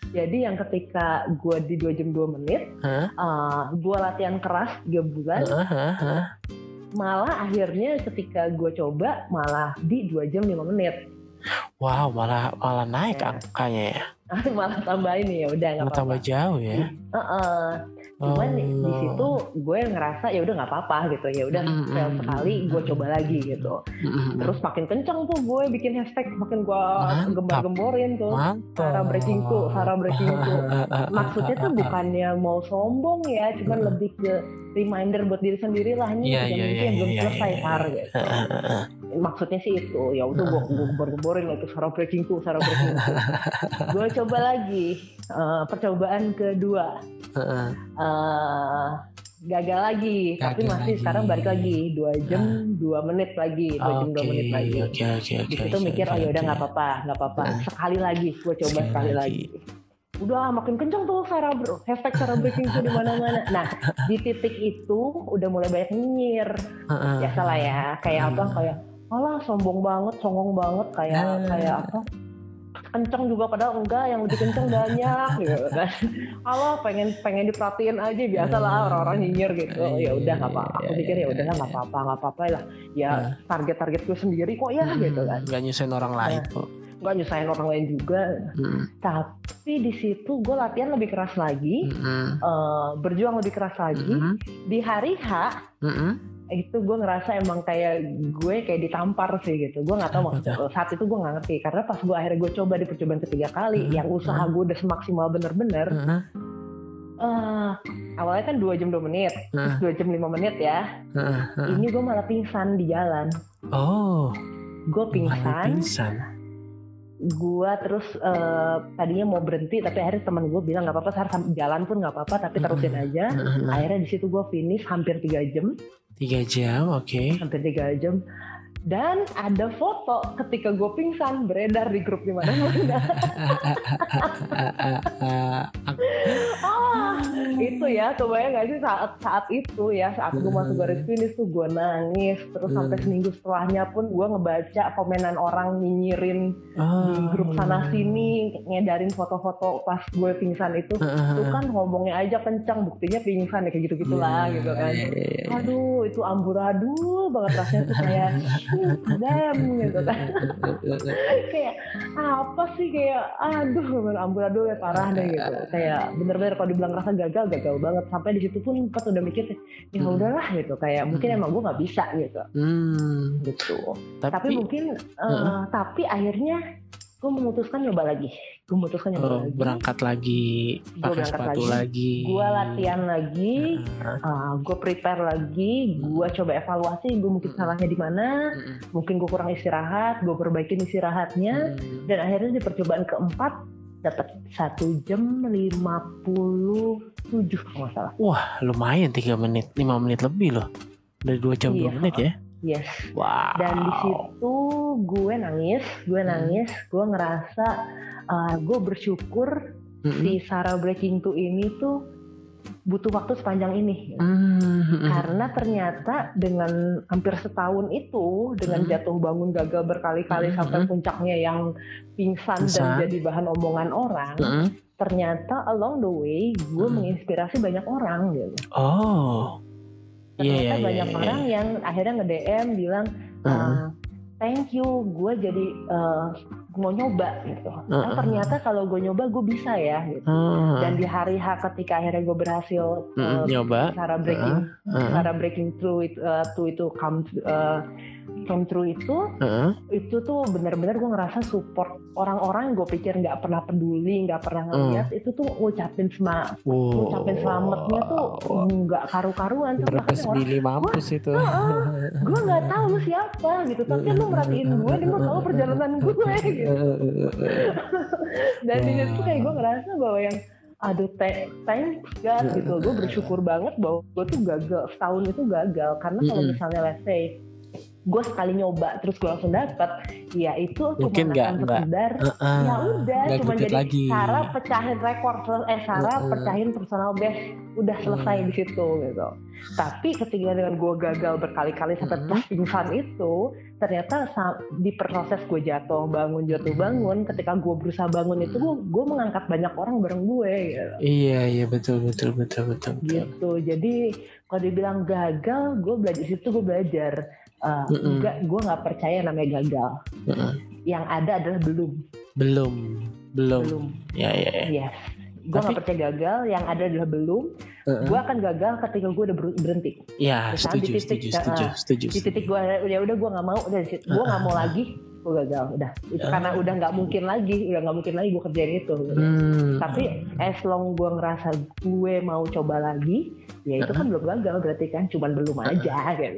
Jadi yang ketika gue di dua jam dua menit, huh? uh, gue latihan keras tiga bulan, huh? Huh? Huh? Malah akhirnya ketika gue coba malah di dua jam lima menit. Wow, malah malah naik ya. Angkanya ya. Malah tambah ini ya udah nggak apa-apa. Tambah jauh ya. Uh-uh. Cuman oh. di, di situ gue ngerasa ya udah nggak apa-apa gitu, ya udah mm-hmm. fail sekali gue coba lagi gitu. Mm-hmm. Terus makin kencang tuh gue bikin hashtag, makin gue gembar-gemborin tuh. Sarah breaking tuh, Sarah breaking tuh. Maksudnya tuh bukannya mau sombong ya, cuman mm-hmm. lebih ke reminder buat diri sendiri lah nih yeah, yeah, yeah, belum yeah, selesai yeah, Sarah yeah. gitu. Maksudnya sih itu, ya udah gue gue gembar-gemborin lah tuh Sarah breaking tuh, Sarah breaking tuh. Gue coba lagi uh, percobaan kedua. Uh-uh. Uh, gagal lagi, gagal tapi masih lagi. Sekarang balik lagi dua jam dua menit lagi, dua jam dua menit lagi. Oke oke oke. Di situ mikir oh ya udah nggak apa-apa, nggak apa-apa. Sekali lagi, gue coba sekali, sekali lagi. lagi. Udah makin kencang tuh Sarah bro, hashtag Sarah breaking tuh di mana-mana. Nah di titik itu udah mulai banyak nyinyir, uh-uh. ya salah ya, kayak uh. apa kayak, alah sombong banget, songong banget, kayak uh. kayak apa? Kenceng juga padahal enggak, yang lebih kenceng banyak gitu kan. Allah pengen pengen diperhatiin aja, biasalah orang-orang nyinyir gitu. Ya udah nggak apa-apa, aku pikir ya udah nggak apa-apa nggak apa-apa lah. Ya target-target gue sendiri kok ya gitu kan. Nggak nyusahin orang lain kok. Nggak nyusahin orang lain juga. Hmm. Tapi di situ gue latihan lebih keras lagi, hmm. uh, berjuang lebih keras lagi. Hmm. Di hari H. Hmm. Itu gue ngerasa emang kayak gue kayak ditampar sih gitu. Gue nggak tahu maksudnya saat itu gue nggak ngerti, karena pas gue akhirnya gue coba di percobaan ketiga kali, uh-huh. yang usaha gue udah semaksimal bener-bener. Uh-huh. Uh, awalnya kan dua jam dua menit, uh-huh. terus dua jam lima menit ya. Uh-huh. Ini gue malah pingsan di jalan. Oh. Gue pingsan. Gue terus uh, tadinya mau berhenti, tapi akhirnya teman gue bilang nggak apa-apa, harus jalan pun nggak apa-apa, tapi terusin aja. Uh-huh. Akhirnya di situ gue finish hampir tiga jam. Tiga jam, oke. Okay. Hampir tiga jam. Dan ada foto ketika gue pingsan beredar di grup di mana-mana. ah, itu ya, kebayang gak sih saat saat itu ya, saat gue masuk garis finish tuh gue nangis. Terus hmm. sampai seminggu setelahnya pun gue ngebaca komenan orang nyinyirin oh. di grup sana sini, ngedarin foto-foto pas gue pingsan itu. Itu kan ngomongnya aja kencang, buktinya pingsan ya, kayak gitu-gitulah yeah, gitu kan. Yeah, yeah. Aduh, itu amburadul banget rasanya tuh kayak damn gitu kan. Kayak apa sih, kayak aduh amburadul ya parah deh gitu. Kayak bener-bener kalau dibilang rasa gagal, gagal banget. Sampai di situ pun pas udah mikir ya udahlah gitu, kayak mungkin hmm. emang gue nggak bisa gitu. Hmm. Gitu. Tapi, tapi mungkin uh, uh, tapi akhirnya gue memutuskan nyoba lagi. Gue memutuskan nyoba oh, lagi. Berangkat lagi, pakai sepatu lagi. lagi. Gue latihan lagi, uh-huh. uh, gue prepare lagi, gue coba evaluasi, gue mungkin uh-huh. salahnya di mana, uh-huh. mungkin gue kurang istirahat, gue perbaikin istirahatnya, uh-huh. dan akhirnya di percobaan keempat dapat satu jam lima puluh tujuh kalau nggak salah. Wah, lumayan tiga menit, lima menit lebih loh dari dua jam dua menit ya. Yes. Wow. Dan di situ gue nangis, gue nangis, hmm. gue ngerasa uh, gue bersyukur hmm. si Sarah Breaking Two ini tuh butuh waktu sepanjang ini. Hmm. Karena ternyata dengan hampir setahun itu, dengan hmm. jatuh bangun gagal berkali-kali hmm. sampai puncaknya yang pingsan Bisa. dan jadi bahan omongan orang, hmm. ternyata along the way gue hmm. menginspirasi banyak orang gitu. Oh. Ternyata yeah, yeah, banyak yeah, orang yeah. yang akhirnya nge-D M bilang uh, thank you, gue jadi uh, mau nyoba gitu. Uh, uh, ternyata kalau gue nyoba gue bisa ya gitu. Uh, Dan di hari H ketika akhirnya gue berhasil uh, nyoba cara breaking uh, uh, cara breaking through itu uh, to itu come uh, come through itu uh, itu tuh benar-benar gue ngerasa support orang-orang yang gue pikir nggak pernah peduli, nggak pernah ngeliat, uh, itu tuh ngucapin sema, wow. ngucapin selamatnya tuh nggak karu-karuan. Berapa sembilan mampus itu. Uh, uh, gue nggak tahu lu siapa gitu, tapi lu merhatiin gue dan lu tahu perjalanan gue gitu. Dan di situ kayak gue ngerasa bahwa yang aduh thanks God gitu, gue bersyukur banget bahwa gue tuh gagal setahun itu gagal karena kalau misalnya let's say gue sekali nyoba terus gue langsung dapet, ya itu mungkin cuma akan nggak sekedar uh, uh, ya udah cuma jadi lagi. cara pecahin rekor eh cara uh, uh. pecahin personal best udah selesai uh. di situ gitu. Tapi ketika dengan gue gagal berkali-kali sampai uh. pingsan itu, ternyata di proses gue jatuh bangun jatuh bangun, ketika gue berusaha bangun itu gue gue mengangkat banyak orang bareng gue gitu. Iya iya betul betul betul betul, betul. Gitu. Jadi kalau dibilang gagal, gue belajar situ gue belajar uh, uh-uh. enggak, gue nggak percaya namanya gagal. Uh-uh. Yang ada adalah belum. Belum belum. Belum. Ya ya. ya. Yes. Gue nggak percaya gagal, yang ada adalah belum. Uh-uh. Gue akan gagal ketika gue udah berhenti. Ya setuju, titik, setuju, setuju, uh, setuju. Di titik gue ya udah gue nggak mau, udah gue nggak uh-uh. mau lagi, gue gagal. Udah itu uh-uh. karena udah nggak mungkin lagi, udah nggak mungkin lagi gue kerjain itu. Hmm. Tapi as long gue ngerasa gue mau coba lagi, ya itu uh-uh. kan belum gagal berarti kan, cuman belum aja uh-uh. gitu.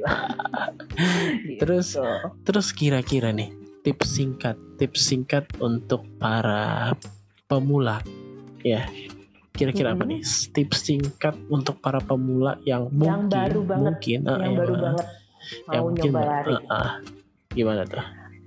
Terus gitu. Terus kira-kira nih tips singkat, tips singkat untuk para pemula, ya. Kira-kira hmm. apa nih tips singkat untuk para pemula yang, yang mungkin baru banget, mungkin yang uh, baru uh, banget mau yang mungkin nyoba lari. Uh, uh, gimana tuh?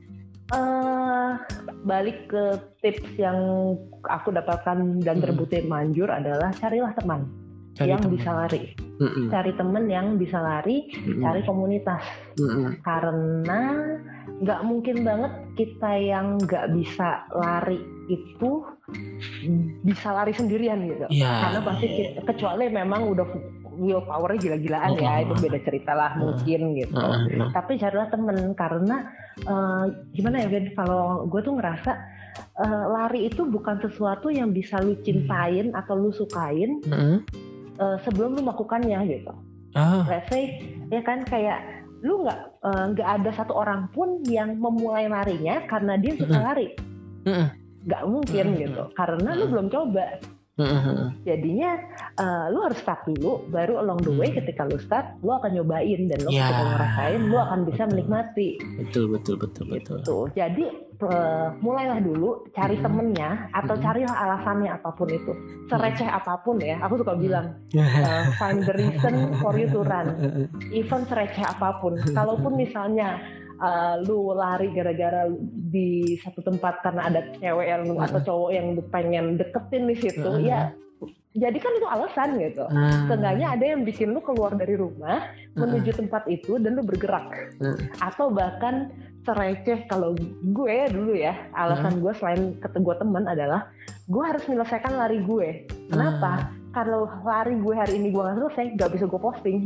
Uh, balik ke tips yang aku dapatkan dan terbukti hmm. manjur adalah carilah teman cari yang teman. bisa lari, Mm-mm. cari teman yang bisa lari, Mm-mm. cari komunitas. Mm-mm. Karena nggak mungkin banget kita yang nggak bisa lari itu bisa lari sendirian gitu. Yeah. Karena pasti kita, kecuali memang udah willpower-nya gila-gilaan oh, ya, itu beda cerita lah uh, mungkin gitu. Uh, uh. Tapi carilah temen, karena uh, gimana ya Ben, kalau gue tuh ngerasa uh, lari itu bukan sesuatu yang bisa lu cintain hmm. atau lu sukain uh, uh, sebelum lu melakukannya gitu. Uh. Let's say ya kan, kayak lu nggak nggak uh, ada satu orang pun yang memulai larinya karena dia suka uh. lari. Uh. Nggak mungkin uh. gitu, karena uh. lu belum coba. Uh-huh. Jadinya uh, lu harus start dulu, baru along the way hmm. ketika lu start, lu akan nyobain dan lu ya, ketika ngerasain, lu akan bisa betul. menikmati. Betul betul betul gitu. betul. Jadi uh, mulailah dulu, cari hmm. temennya atau hmm. carilah alasannya apapun itu, sereceh hmm. apapun ya. Aku suka bilang uh, find the reason for you to run, even sereceh apapun. Kalaupun misalnya Uh, lu lari gara-gara di satu tempat karena ada cewek yang uh, atau cowok yang lu pengen deketin di situ, uh, ya jadi kan itu alasan gitu. Uh, Seenggaknya ada yang bikin lu keluar dari rumah uh, menuju tempat itu dan lu bergerak. Uh, atau bahkan sereceh, kalau gue dulu ya, alasan uh, gue selain kata gue teman adalah gue harus menyelesaikan lari gue. Kenapa? Uh, Kalau lari gue hari ini gue nggak selesai, nggak bisa gue posting.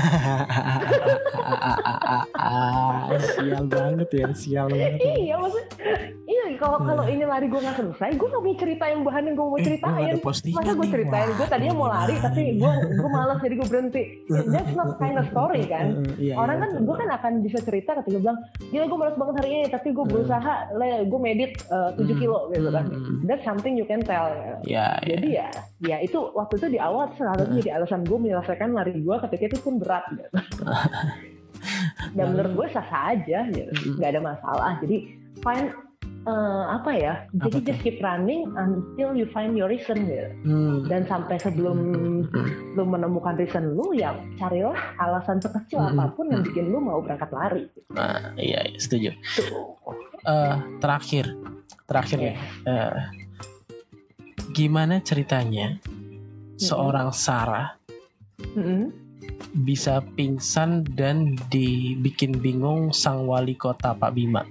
Sial banget ya, sial banget. Iya maksud, iya kalau kalau ini lari gue nggak selesai, gue nggak punya cerita yang bahan yang gue mau ceritain. Eh, Masa gue ceritain, gue tadinya mau lari tapi gue gue malas jadi gue berhenti. That's not kind of story kan. Orang kan, gue kan akan bisa cerita ketika bilang, gila gue malas banget hari ini, tapi gue berusaha, gue medit uh, tujuh kilo gitu kan. That's something you can tell. Yeah, jadi yeah. ya, ya itu waktu itu di awal selalu jadi alasan gue menyelesaikan lari gue ketika itu pun berat gitu. Dan menurut gue sah-sah aja gitu. Gak ada masalah, jadi find uh, apa ya jadi apa just keep running until you find your reason gitu. hmm. Dan sampai sebelum hmm. lu menemukan reason lu, ya carilah alasan sekecil hmm. apapun yang bikin lu mau berangkat lari gitu. Nah, iya, iya setuju. uh, terakhir terakhir yeah. nih uh, gimana ceritanya seorang Sarah mm-hmm. bisa pingsan dan dibikin bingung sang wali kota Pak Bima?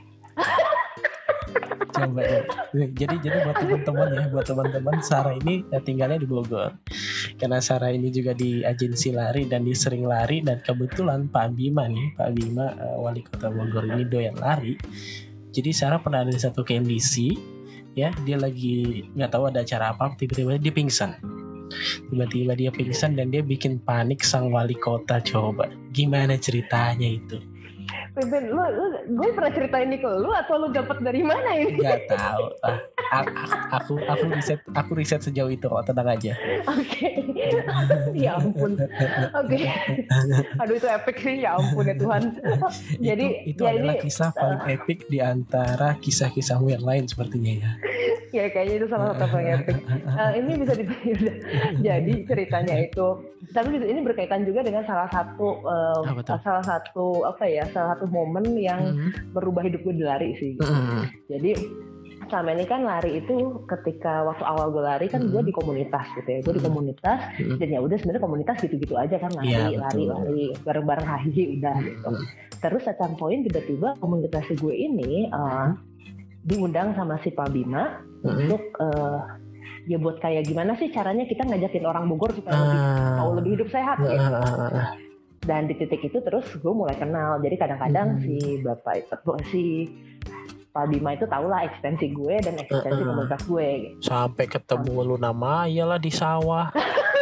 Coba ya. Jadi jadi buat teman-teman ya, buat teman-teman, Sarah ini ya, tinggalnya di Bogor. Karena Sarah ini juga di agensi lari dan dia sering lari, dan kebetulan Pak Bima nih, Pak Bima uh, wali kota Bogor ini doyan lari. Jadi Sarah pernah ada di satu kondisi ya, dia lagi nggak tahu ada acara apa, tiba-tiba dia pingsan. Tiba-tiba dia pingsan dan dia bikin panik sang wali kota. Coba gimana ceritanya itu? Ben, lu, lu, gue pernah ceritain ini ke lu atau lu dapat dari mana ini? Gak tahu. Ah, aku aku riset aku riset sejauh itu kok, tenang aja. Oke. Okay. Ya ampun. Oke. Okay. Aduh itu epic sih, ya ampun ya Tuhan. Jadi itu, itu ya adalah ini, kisah paling uh, epic di antara kisah-kisahmu yang lain sepertinya ya. Ya kayaknya itu salah satu yang epic. Uh, ini bisa dibilang jadi ceritanya itu, tapi ini berkaitan juga dengan salah satu uh, salah satu apa ya, salah satu momen yang mm-hmm. berubah hidup gue di lari sih. Gitu. Mm-hmm. Jadi selama ini kan lari itu ketika waktu awal gue lari kan mm-hmm. gue di komunitas gitu ya, gue di komunitas mm-hmm. dan ya udah sebenarnya komunitas gitu-gitu aja kan lari ya, lari lari bareng-bareng hahi udah mm-hmm. gitu. Terus at some point tiba-tiba komunitas gue ini uh, diundang sama si Pak Bima mm-hmm. untuk uh, ya buat kayak gimana sih caranya kita ngajakin orang Bogor supaya uh, lebih mau lebih hidup sehat uh, gitu. Uh, dan di titik itu terus gue mulai kenal. Jadi kadang-kadang hmm. si bapak itu si Pak Bima itu tau lah eksistensi gue dan eksistensi uh, uh. komunitas gue gitu. Sampai ketemu lu nama ya lah di sawah.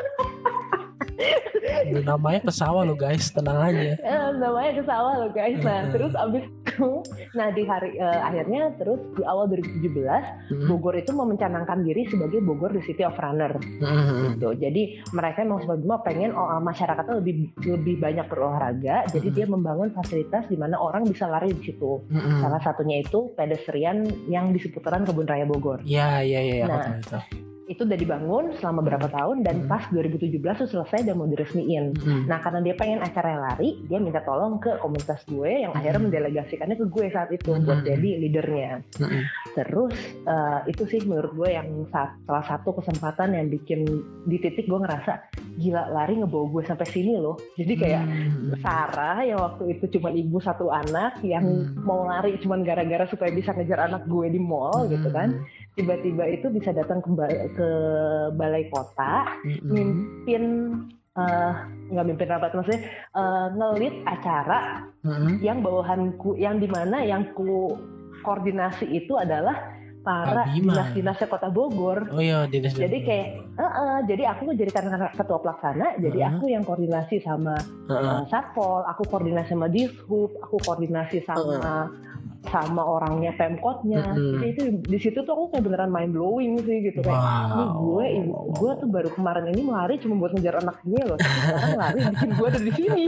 Lu namanya ke sawah lo guys, tenang aja. Eh, namanya ke sawah lo guys. Nah, uh. terus abis itu, nah di hari uh, akhirnya terus di awal dua ribu tujuh belas uh. Bogor itu mau mencanangkan diri sebagai Bogor the City of Runner. Uh. Gitu. Jadi mereka memang sebetulnya pengen oh, masyarakatnya lebih lebih banyak berolahraga. Jadi uh. dia membangun fasilitas di mana orang bisa lari di situ. Uh. Salah satunya itu pedestrian yang di seputaran Kebun Raya Bogor. Iya iya iya. Nah, itu udah dibangun selama berapa tahun dan hmm. pas dua ribu tujuh belas tuh selesai dan mau diresmiin. Hmm. Nah karena dia pengen acara lari, dia minta tolong ke komunitas gue yang hmm. akhirnya mendelegasikannya ke gue saat itu hmm. buat jadi leadernya. Hmm. Terus uh, itu sih menurut gue yang saat, salah satu kesempatan yang bikin di titik gue ngerasa gila lari ngebawa gue sampai sini loh. Jadi kayak hmm. Sarah yang waktu itu cuma ibu satu anak yang hmm. mau lari cuma gara-gara supaya bisa ngejar anak gue di mall hmm. gitu kan. Tiba-tiba itu bisa datang ke, ke balai kota, mm-hmm. mimpin uh, nggak mimpin rapat maksudnya uh, ngelit acara mm-hmm. yang bawahanku, yang dimana yang ku koordinasi itu adalah para dinas-dinasnya Kota Bogor. Oh iya, dinas. Jadi kayak, uh, uh, jadi aku jadikan ketua pelaksana, uh-huh. jadi aku yang koordinasi sama uh-huh. uh, Satpol, aku koordinasi sama Dishub, aku koordinasi sama uh-huh. sama orangnya Pemkotnya. Mm-hmm. Jadi itu di situ tuh aku kayak beneran mind blowing sih gitu kayak wow. Nih gue gue tuh baru kemarin ini lari cuma buat ngejar anak gue loh. Sekarang lari bikin gue ada di sini.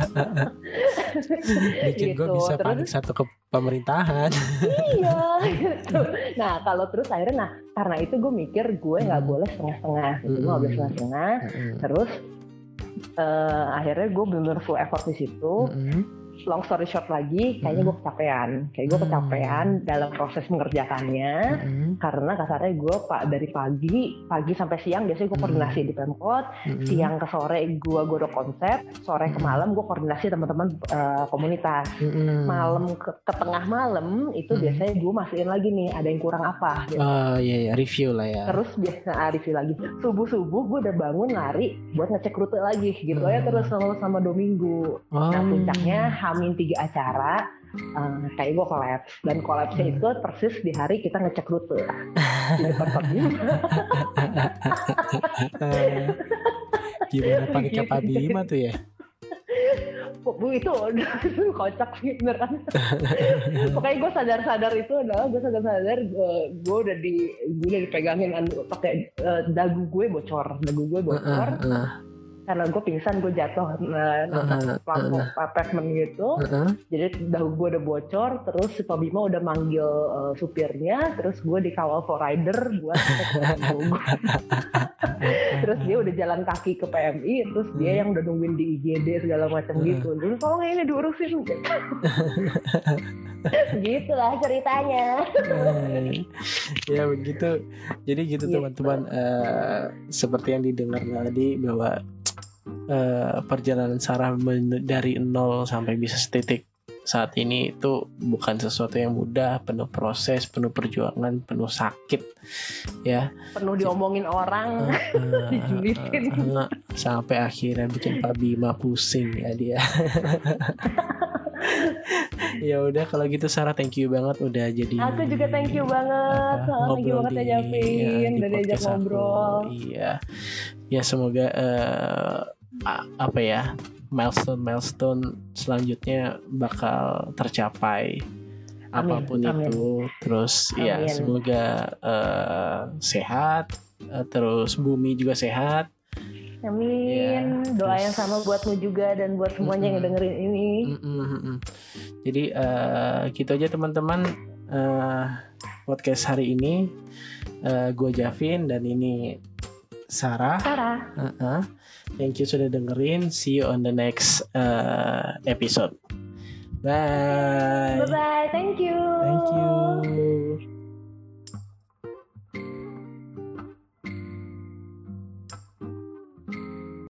Bikin gitu. Gue bisa terus, panik satu ke pemerintahan. Iya gitu. Nah kalau terus akhirnya nah karena itu gue mikir gue nggak mm-hmm. boleh setengah-setengah gitu. Mm-hmm. Gue nggak boleh setengah-setengah. Mm-hmm. Terus uh, akhirnya gue bener-bener full effort di situ. Mm-hmm. Long story short lagi, kayaknya gue kecapean. Kayak gue kecapean hmm. dalam proses mengerjakannya. Hmm. Karena kasarnya gue pak dari pagi, pagi sampai siang biasanya gue koordinasi hmm. di Pemkot. Hmm. Siang ke sore gue godok konsep. Sore ke malam gue koordinasi teman-teman uh, komunitas. Hmm. Malam ke, ke tengah malam itu hmm. biasanya gue masukin lagi nih, ada yang kurang apa. Gitu. Oh iya, iya, review lah ya. Terus biasa nah, review lagi. Subuh-subuh gue udah bangun lari buat ngecek rute lagi. Gitu hmm. ya terus selama, selama dua minggu. Oh. Nah puncaknya Hamin tiga acara, uh, kayak gue kolaps dan kolapsnya hmm. itu persis di hari kita ngecek rute di depan Pak Bima. Gimana paniknya Pak Bima tuh ya? Bu itu udah kocak sih beneran. Pokoknya gue sadar-sadar itu adalah gue sadar-sadar gue, gue udah di gue udah dipegangin pakai uh, dagu gue bocor, dagu gue bocor. Uh, uh, uh. Karena gue pingsan, gue jatuh nah, uh, pelangkung uh, pavement gitu. Uh, jadi dagu gue udah bocor. Terus si Pak Bima udah manggil uh, supirnya. Terus gue dikawal for rider buat gue. Terus dia udah jalan kaki ke P M I. Terus dia yang udah nungguin di I G D segala macam uh, gitu. Terus tolong ini diurusin. Gitulah ceritanya. Ya begitu. Jadi gitu, gitu. teman-teman. Uh, seperti yang didengar tadi bahwa Uh, perjalanan Sarah men- dari nol sampai bisa setitik saat ini itu bukan sesuatu yang mudah, penuh proses, penuh perjuangan, penuh sakit, ya. Penuh diomongin orang, uh, uh, dijulitin, uh, uh, sampai akhirnya bikin Pak Bima pusing ya dia. Ya udah kalau gitu Sarah, thank you banget udah jadi. Aku juga thank you banget, apa, thank you banget ya Javin, udah diajak ngobrol. Iya, ya semoga uh, apa ya milestone milestone selanjutnya bakal tercapai. Amin, apapun amin. Itu, terus amin. Ya semoga uh, sehat, uh, terus bumi juga sehat. Amin. Ya, doa terus, yang sama buatmu juga dan buat semuanya mm-mm. yang dengerin ini. Mm-mm. Jadi uh, gitu aja teman-teman. uh, podcast hari ini. uh, Gue Javin dan ini Sarah. Sarah. Uh-uh. Thank you sudah dengerin. See you on the next uh, episode. Bye. Bye bye. Thank you. Thank you.